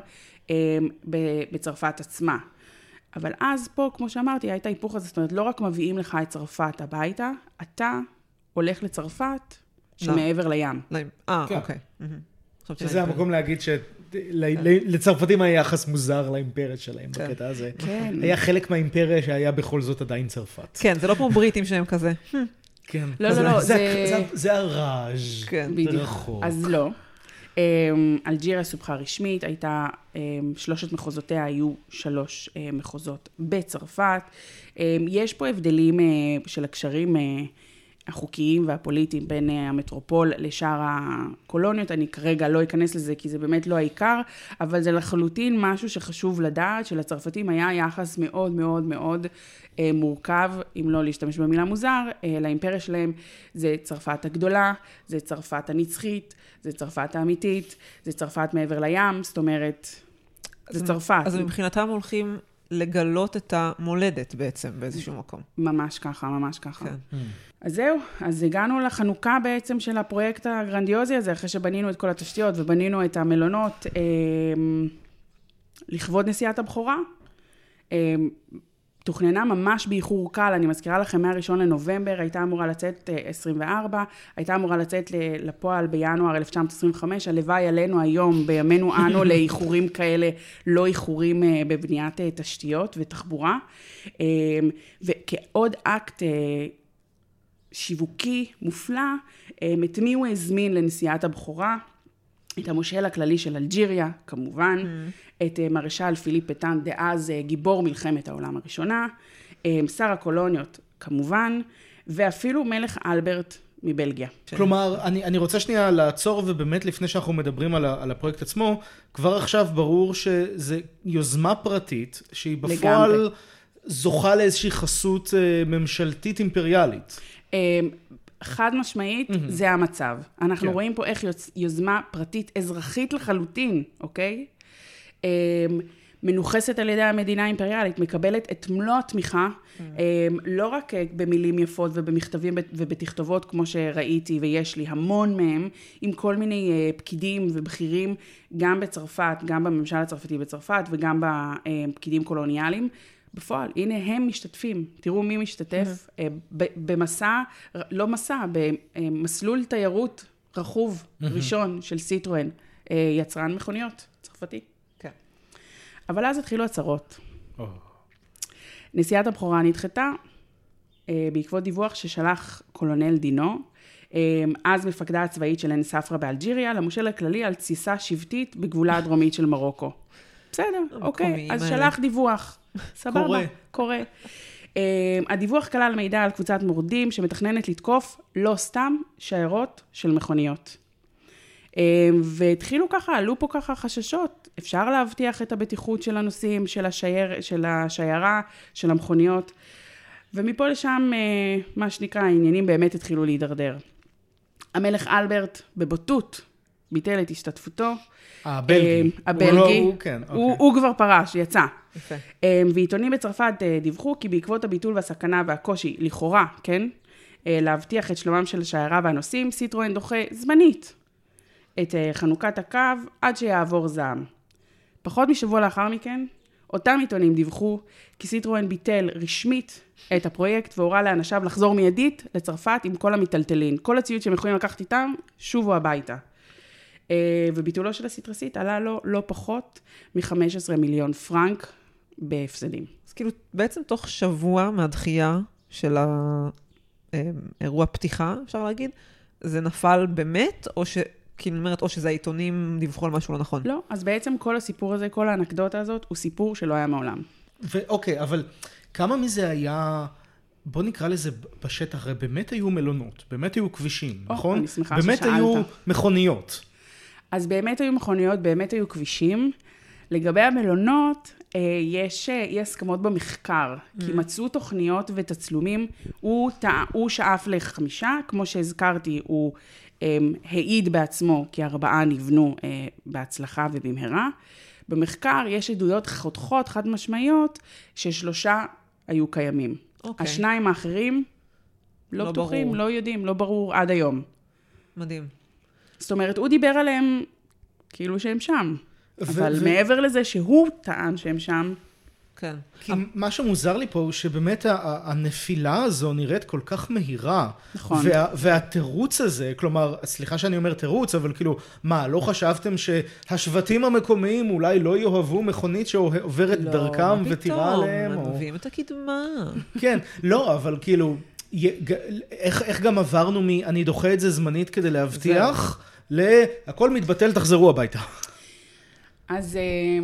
בצרפת עצמה. אבל אז פה, כמו שאמרתי, הייתה היפוך הזה, זאת אומרת, לא רק מביאים לך את צרפת הביתה, אתה הולך לצרפת שמעבר לים. אה, אוקיי. שזה המקום להגיד לצרפתים היה יחס מוזר לאימפריה שלהם בקטע הזה. היה חלק מהאימפריה שהיה בכל זאת עדיין צרפת. כן, זה לא כמו בריטים שהם כזה. כן. לא, לא, לא. זה הראז', זה רחוק. אז לא. אלג'יריה סופחה רשמית, הייתה, שלושת מחוזותיה היו שלוש מחוזות בצרפת. יש פה הבדלים של הקשרים החוקיים והפוליטיים בין המטרופול לשאר הקולוניות. אני כרגע לא אכנס לזה כי זה באמת לא העיקר, אבל זה לחלוטין משהו שחשוב לדעת, שלצרפתים היה יחס מאוד מאוד מאוד מורכב, אם לא להשתמש במילה מוזר, לאימפריה שלהם. זה צרפת הגדולה, זה צרפת הנצחית, זה צרפת האמיתית, זה צרפת מעבר לים, זאת אומרת, זה צרפת. אז מבחינתם הולכים לגלות את המולדת בעצם באיזשהו מקום. ממש ככה, ממש ככה. כן. אז זהו, אז הגענו לחנוכה בעצם של הפרויקט הגרנדיוזי הזה, אחרי שבנינו את כל התשתיות ובנינו את המלונות, אה, לכבוד נסיעת הבכורה. אה, תוכננה ממש באיחור קל, אני מזכירה לכם, מהראשון לנובמבר, הייתה אמורה לצאת עשרים וארבע, הייתה אמורה לצאת לפועל בינואר אלף תשע מאות עשרים וחמש, הלוואי עלינו היום, בימינו אנו, לאיחורים כאלה, לא איחורים בבניית תשתיות ותחבורה. וכעוד אקט שיווקי מופלא, את מי הוא הזמין לנסיעת הבכורה? את המושל הכללי של אלג'יריה, כמובן, mm. את מרשל פיליפ פטן, דאז גיבור מלחמת העולם הראשונה, שר הקולוניות, כמובן, ואפילו מלך אלברט מבלגיה. כלומר, אני, אני רוצה שנייה לעצור, ובאמת לפני שאנחנו מדברים על, ה, על הפרויקט עצמו, כבר עכשיו ברור שזה יוזמה פרטית, שהיא בפועל לגמרי. זוכה לאיזושהי חסות ממשלתית אימפריאלית. חד משמעית, mm-hmm. זה המצב. אנחנו כן. רואים פה איך יוזמה פרטית אזרחית לחלוטין, אוקיי? מנוחסת על ידי המדינה האימפריאלית, מקבלת את מלוא התמיכה, mm-hmm. לא רק במילים יפות ובמכתבים ובתכתובות, כמו שראיתי ויש לי המון מהם, עם כל מיני פקידים ובכירים, גם בצרפת, גם בממשל הצרפתי בצרפת, וגם בפקידים קולוניאליים, בפועל, הנה הם משתתפים, תראו מי משתתף במסע, לא מסע, במסלול תיירות רכוב ראשון של סיטרואן, יצרן מכוניות צרפתי. כן. אבל אז התחילו הצרות. נסיעת הבכורה נדחתה, בעקבות דיווח ששלח קולונל דינו, אז מפקדה הצבאית של עין ספרא באלג'יריה, למושל הכללי על תסיסה שבטית בגבולה הדרומית של מרוקו. בסדר, אוקיי, אז שלח דיווח. סבבה, קורה. קורה. Uh, הדיווח כלל מידע על קבוצת מורדים שמתכננת לתקוף לא סתם שיירות של מכוניות. Uh, והתחילו ככה, עלו פה ככה חששות. אפשר להבטיח את הבטיחות של הנוסעים, של, השייר, של השיירה, של המכוניות. ומפה לשם, uh, מה שנקרא, העניינים באמת התחילו להידרדר. המלך אלברט בבוטות ביטל את השתתפותו. הבלגי. הבלגי. הוא כבר פרש, יצא. יפה. ועיתונים בצרפת דיווחו כי בעקבות הביטול והסכנה והקושי, לכאורה, כן, להבטיח את שלומם של השיירה והנוסעים, סיטרואן דוחה זמנית את חנוכת הקו עד שיעבור זעם. פחות משבוע לאחר מכן, אותם עיתונים דיווחו כי סיטרואן ביטל רשמית את הפרויקט והורה לאנשיו לחזור מיידית לצרפת עם כל המטלטלין. כל הציוד שהם יכולים לקחת איתם, שובו הביתה. וביטולו של הסיטרסית עלה לו לא פחות מ-חמישה עשר מיליון פרנק בהפסדים. אז כאילו בעצם תוך שבוע מהדחייה של האירוע פתיחה, אפשר להגיד, זה נפל באמת, או ש... כאילו אומרת, או שזה העיתונים דיווחו על משהו לא נכון? לא, אז בעצם כל הסיפור הזה, כל האנקדוטה הזאת, הוא סיפור שלא היה מעולם. ואוקיי, אבל כמה מזה היה... בוא נקרא לזה בשטח, הרי באמת היו מלונות, באמת היו כבישים, או, נכון? אני שמחה ששאלת. באמת היו מכוניות. אז באמת היו מכוניות, באמת היו כבישים. לגבי המלונות, יש אי הסכמות במחקר, mm. כי מצאו תוכניות ותצלומים, הוא, הוא שאף לחמישה, כמו שהזכרתי, הוא העיד בעצמו, כי ארבעה נבנו בהצלחה ובמהרה. במחקר יש עדויות חותכות, חד משמעיות, ששלושה היו קיימים. Okay. השניים האחרים לא, לא בטוחים, ברור. לא יודעים, לא ברור עד היום. מדהים. זאת אומרת, הוא דיבר עליהם כאילו שהם שם. ו- אבל ו- מעבר לזה שהוא טען שהם שם, כן. כי מה שמוזר לי פה הוא שבאמת הנפילה הזו נראית כל כך מהירה. נכון. וה, והתירוץ הזה, כלומר, סליחה שאני אומר תירוץ, אבל כאילו, מה, לא חשבתם שהשבטים המקומיים אולי לא יאהבו מכונית שעוברת לא, דרכם ותירה עליהם? הם או... מביאים את הקדמה. כן, לא, אבל כאילו, איך, איך גם עברנו מ... אני דוחה את זה זמנית כדי להבטיח, ל... הכל מתבטל, תחזרו הביתה. אז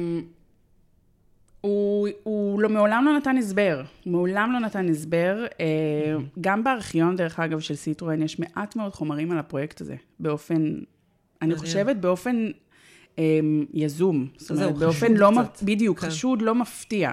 הוא, הוא לא, מעולם לא נתן הסבר, מעולם לא נתן הסבר, גם בארכיון דרך אגב של סיטרואן יש מעט מאוד חומרים על הפרויקט הזה, באופן, אני חושבת באופן יזום, זאת אומרת, באופן לא, בדיוק, חשוד, לא מפתיע.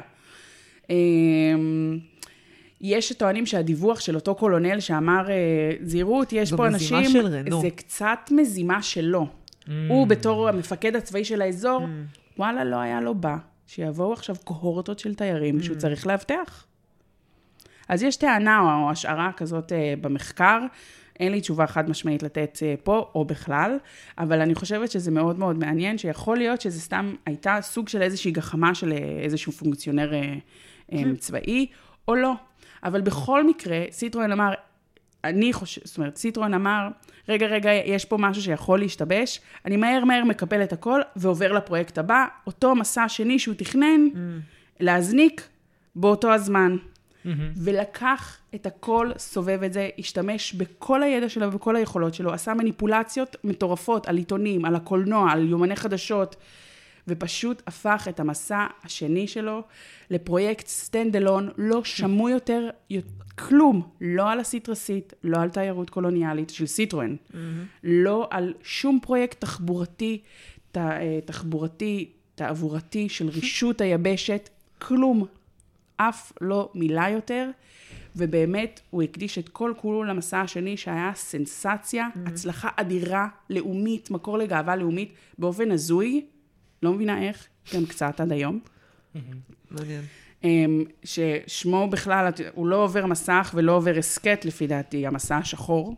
יש שטוענים שהדיווח של אותו קולונל שאמר, זהירות, יש פה אנשים, זה קצת מזימה שלו. הוא בתור המפקד הצבאי של האזור, וואלה, לא היה לו בא, שיבואו עכשיו קוהורטות של תיירים שהוא צריך להבטח. אז יש טענה או השערה כזאת במחקר, אין לי תשובה חד משמעית לתת פה או בכלל, אבל אני חושבת שזה מאוד מאוד מעניין, שיכול להיות שזה סתם הייתה סוג של איזושהי גחמה של איזשהו פונקציונר צבאי, או לא. אבל בכל מקרה, סיטרואן אמר, אני חושב, זאת אומרת, סיטרואן אמר, רגע, רגע, יש פה משהו שיכול להשתבש, אני מהר מהר מקפל את הכל, ועובר לפרויקט הבא, אותו מסע שני שהוא תכנן, mm. להזניק באותו הזמן. Mm-hmm. ולקח את הכל, סובב את זה, השתמש בכל הידע שלו ובכל היכולות שלו, עשה מניפולציות מטורפות על עיתונים, על הקולנוע, על יומני חדשות, ופשוט הפך את המסע השני שלו לפרויקט סטנדלון, לא שמעו יותר כלום, לא על הסיטרסית, לא על תיירות קולוניאלית של סיטרואן, mm-hmm. לא על שום פרויקט תחבורתי, ת, תחבורתי, תעבורתי של רישות היבשת, כלום, אף לא מילה יותר, ובאמת הוא הקדיש את כל כולו למסע השני שהיה סנסציה, mm-hmm. הצלחה אדירה, לאומית, מקור לגאווה לאומית, באופן הזוי, לא מבינה איך, גם קצת עד היום. מעניין. ששמו בכלל, הוא לא עובר מסך ולא עובר הסקט לפי דעתי, המסע השחור.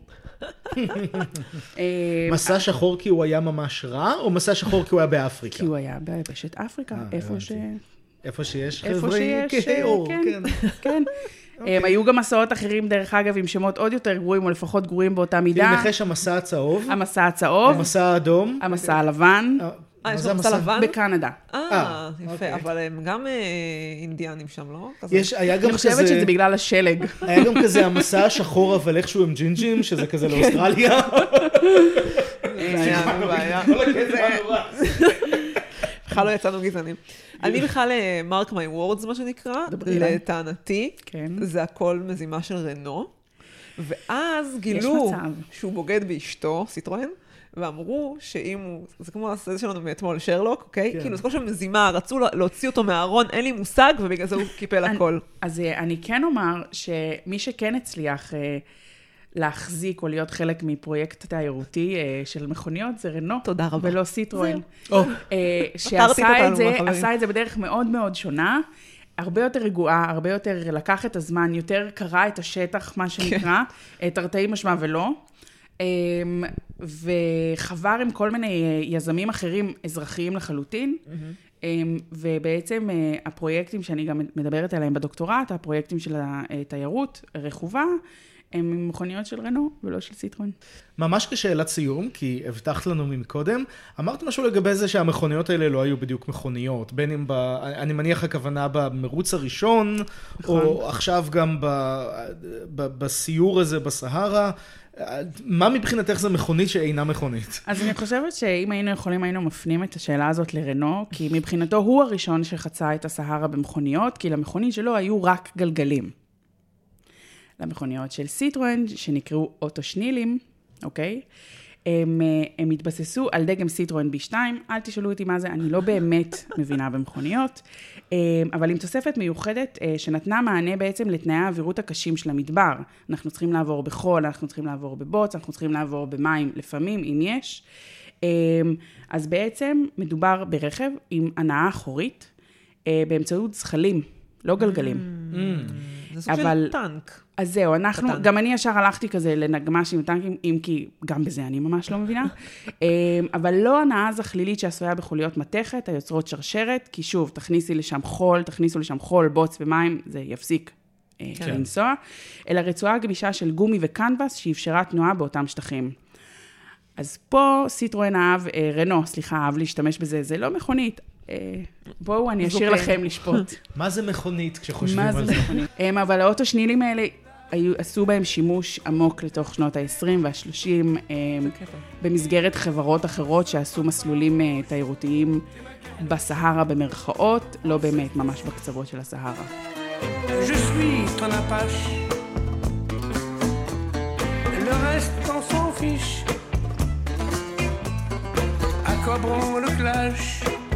מסע שחור כי הוא היה ממש רע, או מסע שחור כי הוא היה באפריקה? כי הוא היה ביבשת אפריקה, איפה ש... איפה שיש איפה חבר'ה כאור, כן. כן. היו גם מסעות אחרים, דרך אגב, עם שמות עוד יותר גרועים, או לפחות גרועים באותה מידה. נחש המסע הצהוב. המסע הצהוב. המסע האדום. המסע הלבן. אה, יש גם מסע לבן? בקנדה. אה, יפה, אבל הם גם אינדיאנים שם, לא? אני חושבת שזה בגלל השלג. היה גם כזה המסע השחור, אבל איכשהו עם ג'ינג'ים, שזה כזה לאוסטרליה. זה היה בעיה. בכלל לא יצאנו גזענים. אני בכלל, מרק מי וורדס, מה שנקרא, לטענתי, זה הכל מזימה של רנו, ואז גילו שהוא בוגד באשתו, סיטרואן, ואמרו שאם הוא, זה כמו הסדר שלנו מאתמול, שרלוק, אוקיי? כאילו, זה כל שם מזימה, רצו להוציא אותו מהארון, אין לי מושג, ובגלל זה הוא קיפל הכל. אז אני כן אומר שמי שכן הצליח להחזיק או להיות חלק מפרויקט תיירותי של מכוניות, זה רנו. תודה רבה. ולא סיטרואן. שעשה את זה, עשה את זה בדרך מאוד מאוד שונה, הרבה יותר רגועה, הרבה יותר לקח את הזמן, יותר קרא את השטח, מה שנקרא, תרתי משמע ולא. וחבר עם כל מיני יזמים אחרים, אזרחיים לחלוטין, ובעצם הפרויקטים שאני גם מדברת עליהם בדוקטורט, הפרויקטים של התיירות רכובה, הם מכוניות של רנו ולא של סיטרואן. ממש כשאלת סיום, כי הבטחת לנו מקודם, אמרת משהו לגבי זה שהמכוניות האלה לא היו בדיוק מכוניות, בין אם, ב, אני מניח הכוונה במרוץ הראשון, נכון. או עכשיו גם ב, ב, בסיור הזה בסהרה, מה מבחינתך זה מכונית שאינה מכונית? אז אני חושבת שאם היינו יכולים, היינו מפנים את השאלה הזאת לרנו, כי מבחינתו הוא הראשון שחצה את הסהרה במכוניות, כי למכונית שלו היו רק גלגלים. למכוניות של סיטרואן, שנקראו אוטושנילים, אוקיי? הם, הם התבססו על דגם סיטרואן בי שתיים, אל תשאלו אותי מה זה, אני לא באמת מבינה במכוניות, אבל עם תוספת מיוחדת שנתנה מענה בעצם לתנאי האווירות הקשים של המדבר. אנחנו צריכים לעבור בחול, אנחנו צריכים לעבור בבוץ, אנחנו צריכים לעבור במים, לפעמים, אם יש. אז בעצם מדובר ברכב עם הנעה אחורית, באמצעות זחלים, לא גלגלים. זה סוג אבל... של טנק. אז זהו, אנחנו, קטן. גם אני ישר הלכתי כזה לנגמש עם טנקים, אם כי גם בזה אני ממש לא מבינה. אבל לא הנאה זכלילית שעשויה בחוליות מתכת, היוצרות שרשרת, כי שוב, תכניסי לשם חול, תכניסו לשם חול, בוץ ומים, זה יפסיק כן. לנסוע, אלא רצועה גמישה של גומי וקנבס, שאפשרה תנועה באותם שטחים. אז פה סיטרואן אהב, אה, רנו, סליחה, אהב להשתמש בזה, זה לא מכונית. אה, בואו, אני אשאיר לכם לשפוט. מה זה מכונית כשחושבים על זה? מה זה מכונית? הם, אבל האוטו שנילים האלה, היו, עשו בהם שימוש עמוק לתוך שנות ה-עשרים וה-שלושים, אה, במסגרת חברות אחרות שעשו מסלולים אה, תיירותיים בסהרה במרכאות, לא באמת ממש בקצוות של הסהרה. Je suis ton apache. Le reste, on s'en fiche. À quoi bon le clash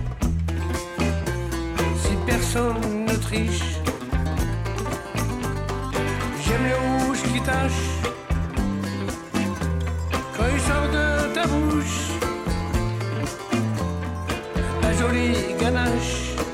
si personne ne triche? J'aime les rouges qui tâchent quand ils sortent de ta bouche. La jolie ganache,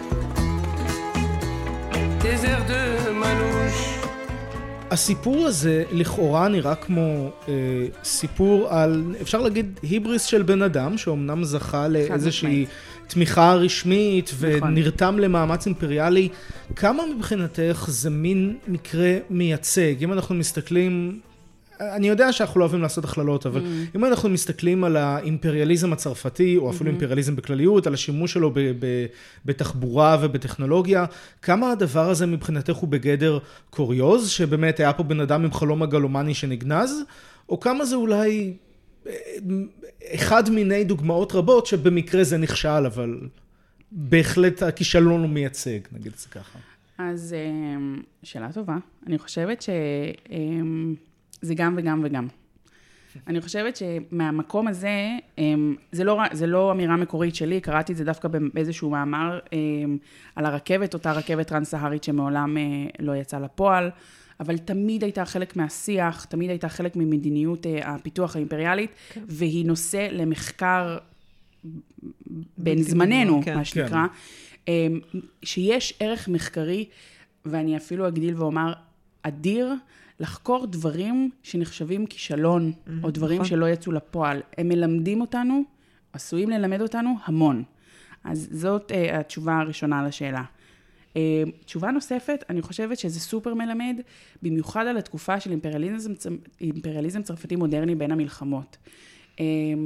des airs de manouche. הסיפור הזה לכאורה נראה כמו אה, סיפור על, אפשר להגיד, היבריס של בן אדם, שאומנם זכה לאיזושהי תמיכה רשמית ונרתם למאמץ אימפריאלי. כמה מבחינתך זה מין מקרה מייצג? אם אנחנו מסתכלים, אני יודע שאנחנו לא אוהבים לעשות הכללות, אבל mm. אם אנחנו מסתכלים על האימפריאליזם הצרפתי, או אפילו mm-hmm. אימפריאליזם בכלליות, על השימוש שלו ב- ב- בתחבורה ובטכנולוגיה, כמה הדבר הזה מבחינתך הוא בגדר קוריוז, שבאמת היה פה בן אדם עם חלום הגלומני שנגנז, או כמה זה אולי אחד מיני דוגמאות רבות שבמקרה זה נכשל, אבל בהחלט הכישלון הוא מייצג, נגיד את זה ככה. אז שאלה טובה. אני חושבת ש... זה גם וגם וגם. אני חושבת שמהמקום הזה, זה לא, זה לא אמירה מקורית שלי, קראתי את זה דווקא באיזשהו מאמר על הרכבת, אותה רכבת טרנס-סהרית שמעולם לא יצאה לפועל, אבל תמיד הייתה חלק מהשיח, תמיד הייתה חלק ממדיניות הפיתוח האימפריאלית, כן. והיא נושא למחקר בין זמננו, כן. מה שנקרא, כן. שיש ערך מחקרי, ואני אפילו אגדיל ואומר, אדיר, לחקור דברים שנחשבים כישלון, mm-hmm, או דברים נכון. שלא יצאו לפועל. הם מלמדים אותנו, עשויים ללמד אותנו המון. אז זאת uh, התשובה הראשונה לשאלה. Uh, תשובה נוספת, אני חושבת שזה סופר מלמד, במיוחד על התקופה של אימפריאליזם, אימפריאליזם צרפתי מודרני בין המלחמות. Uh,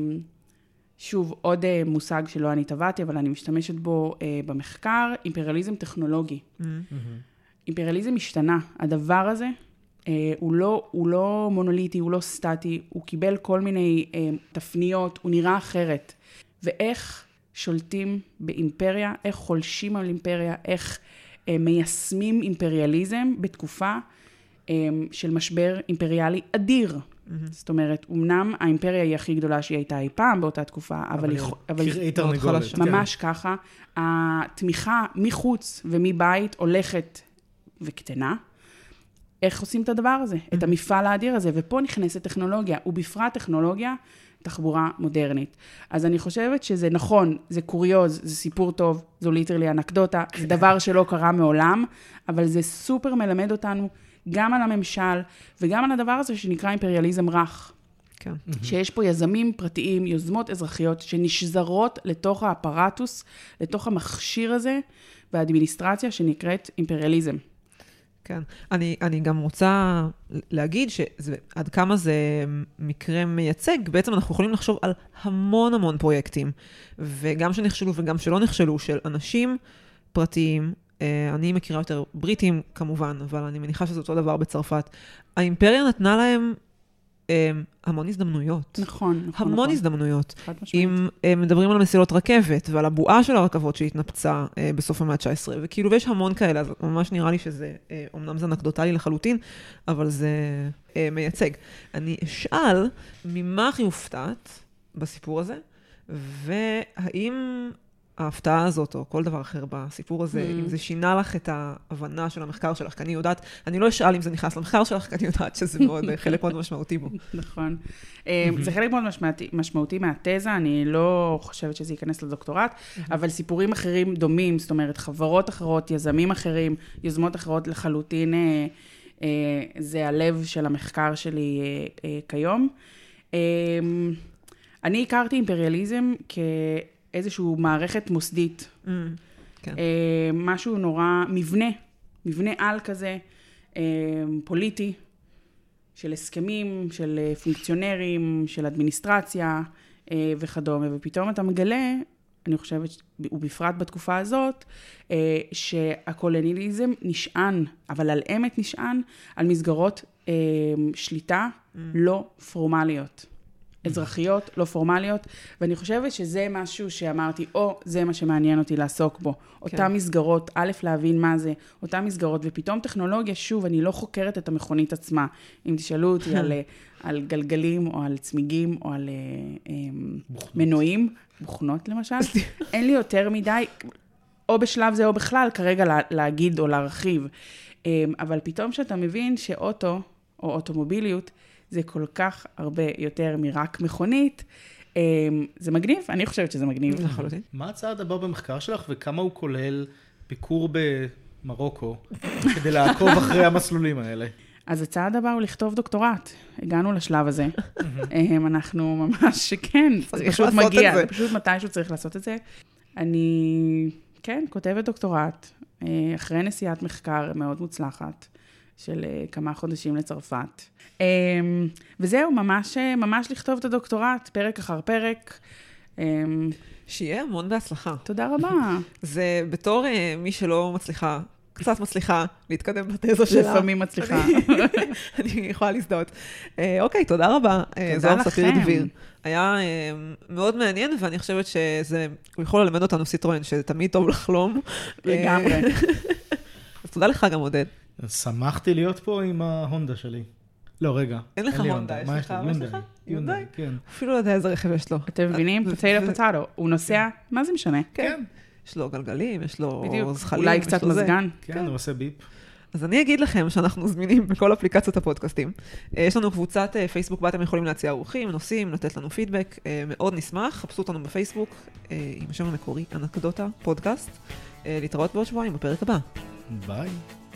שוב, עוד uh, מושג שלא אני טבעתי, אבל אני משתמשת בו uh, במחקר, אימפריאליזם טכנולוגי. Mm-hmm. אימפריאליזם השתנה. הדבר הזה, הוא לא, הוא לא מונוליטי, הוא לא סטטי, הוא קיבל כל מיני אה, תפניות, הוא נראה אחרת. ואיך שולטים באימפריה, איך חולשים על אימפריה, איך אה, מיישמים אימפריאליזם בתקופה אה, של משבר אימפריאלי אדיר. Mm-hmm. זאת אומרת, אמנם האימפריה היא הכי גדולה שהיא הייתה אי פעם באותה תקופה, אבל, אבל, אבל קראי תרנגולת. ממש כן. ככה. התמיכה מחוץ ומבית הולכת וקטנה. איך עושים את הדבר הזה, את המפעל האדיר הזה, ופה נכנסת טכנולוגיה, ובפרט טכנולוגיה, תחבורה מודרנית. אז אני חושבת שזה נכון, זה קוריוז, זה סיפור טוב, זו ליטרלי אנקדוטה, זה דבר שלא קרה מעולם, אבל זה סופר מלמד אותנו גם על הממשל, וגם על הדבר הזה שנקרא אימפריאליזם רך. כן. שיש פה יזמים פרטיים, יוזמות אזרחיות, שנשזרות לתוך האפרטוס, לתוך המכשיר הזה, והאדמיניסטרציה שנקראת אימפריאליזם. כן. אני, אני גם רוצה להגיד שעד כמה זה מקרה מייצג, בעצם אנחנו יכולים לחשוב על המון המון פרויקטים, וגם שנכשלו וגם שלא נכשלו, של אנשים פרטיים, אני מכירה יותר בריטים כמובן, אבל אני מניחה שזה אותו דבר בצרפת. האימפריה נתנה להם המון הזדמנויות. נכון, נכון. המון נכון. הזדמנויות. אם מדברים על מסילות רכבת ועל הבועה של הרכבות שהתנפצה בסוף המאה ה-תשע עשרה, וכאילו ויש המון כאלה, אז ממש נראה לי שזה, אומנם זה אנקדוטלי לחלוטין, אבל זה מייצג. אני אשאל, ממה הכי הופתעת בסיפור הזה, והאם ההפתעה הזאת, או כל דבר אחר בסיפור הזה, אם זה שינה לך את ההבנה של המחקר שלך, כי אני יודעת, אני לא אשאל אם זה נכנס למחקר שלך, כי אני יודעת שזה מאוד, חלק מאוד משמעותי בו. נכון. זה חלק מאוד משמעותי מהתזה, אני לא חושבת שזה ייכנס לדוקטורט, אבל סיפורים אחרים דומים, זאת אומרת, חברות אחרות, יזמים אחרים, יוזמות אחרות לחלוטין, זה הלב של המחקר שלי כיום. אני הכרתי אימפריאליזם כאיזשהו מערכת מוסדית. Mm, כן. משהו נורא, מבנה, מבנה על כזה, פוליטי, של הסכמים, של פונקציונרים, של אדמיניסטרציה וכדומה. ופתאום אתה מגלה, אני חושבת, ובפרט בתקופה הזאת, שהקולוניאליזם נשען, אבל על אמת נשען, על מסגרות שליטה mm. לא פורמליות. אזרחיות, לא פורמליות, ואני חושבת שזה משהו שאמרתי, או זה מה שמעניין אותי לעסוק בו. אותן מסגרות, א', להבין מה זה, אותן מסגרות, ופתאום טכנולוגיה, שוב, אני לא חוקרת את המכונית עצמה. אם תשאלו אותי על, על גלגלים, או על צמיגים, או על מנועים, בוכנות למשל, אין לי יותר מדי, או בשלב זה או בכלל, כרגע להגיד או להרחיב. אבל פתאום שאתה מבין שאוטו, או אוטומוביליות, זה כל כך הרבה יותר מרק מכונית. זה מגניב? אני חושבת שזה מגניב. לחלוטין. מה הצעד הבא במחקר שלך, וכמה הוא כולל ביקור במרוקו, כדי לעקוב אחרי המסלולים האלה? אז הצעד הבא הוא לכתוב דוקטורט. הגענו לשלב הזה. אנחנו ממש, כן, זה פשוט מגיע. זה פשוט מתישהו צריך לעשות את זה. אני, כן, כותבת דוקטורט, אחרי נסיעת מחקר מאוד מוצלחת, של כמה חודשים לצרפת. וזהו, ממש, ממש לכתוב את הדוקטורט, פרק אחר פרק. שיהיה המון בהצלחה. תודה רבה. זה בתור מי שלא מצליחה, קצת מצליחה להתקדם בתזה שלה. לפעמים מצליחה. אני יכולה להזדהות. אוקיי, תודה רבה. זוהר ספיר דביר. היה מאוד מעניין, ואני חושבת שזה, הוא יכול ללמד אותנו סיטרואן, שתמיד טוב לחלום. לגמרי. אז תודה לך גם, עודד. שמחתי להיות פה עם ההונדה שלי. לא, רגע. אין לך הונדה, יש לך? מה יש לך? יונדאי? כן. אפילו לא יודע איזה רכב יש לו. אתם מבינים? פצעי לפצעדו. הוא נוסע, מה זה משנה? כן. יש לו גלגלים, יש לו זחלים. אולי קצת מזגן. כן, הוא עושה ביפ. אז אני אגיד לכם שאנחנו זמינים בכל אפליקציות הפודקאסטים. יש לנו קבוצת פייסבוק, בה אתם יכולים להציע אורחים, נושאים, לתת לנו פידבק. מאוד נשמח, חפשו אותנו בפייסבוק, עם השם המקורי, אנקדוטה, פודקאסט. להתראות בעוד שבועיים בפרק הבא. ביי.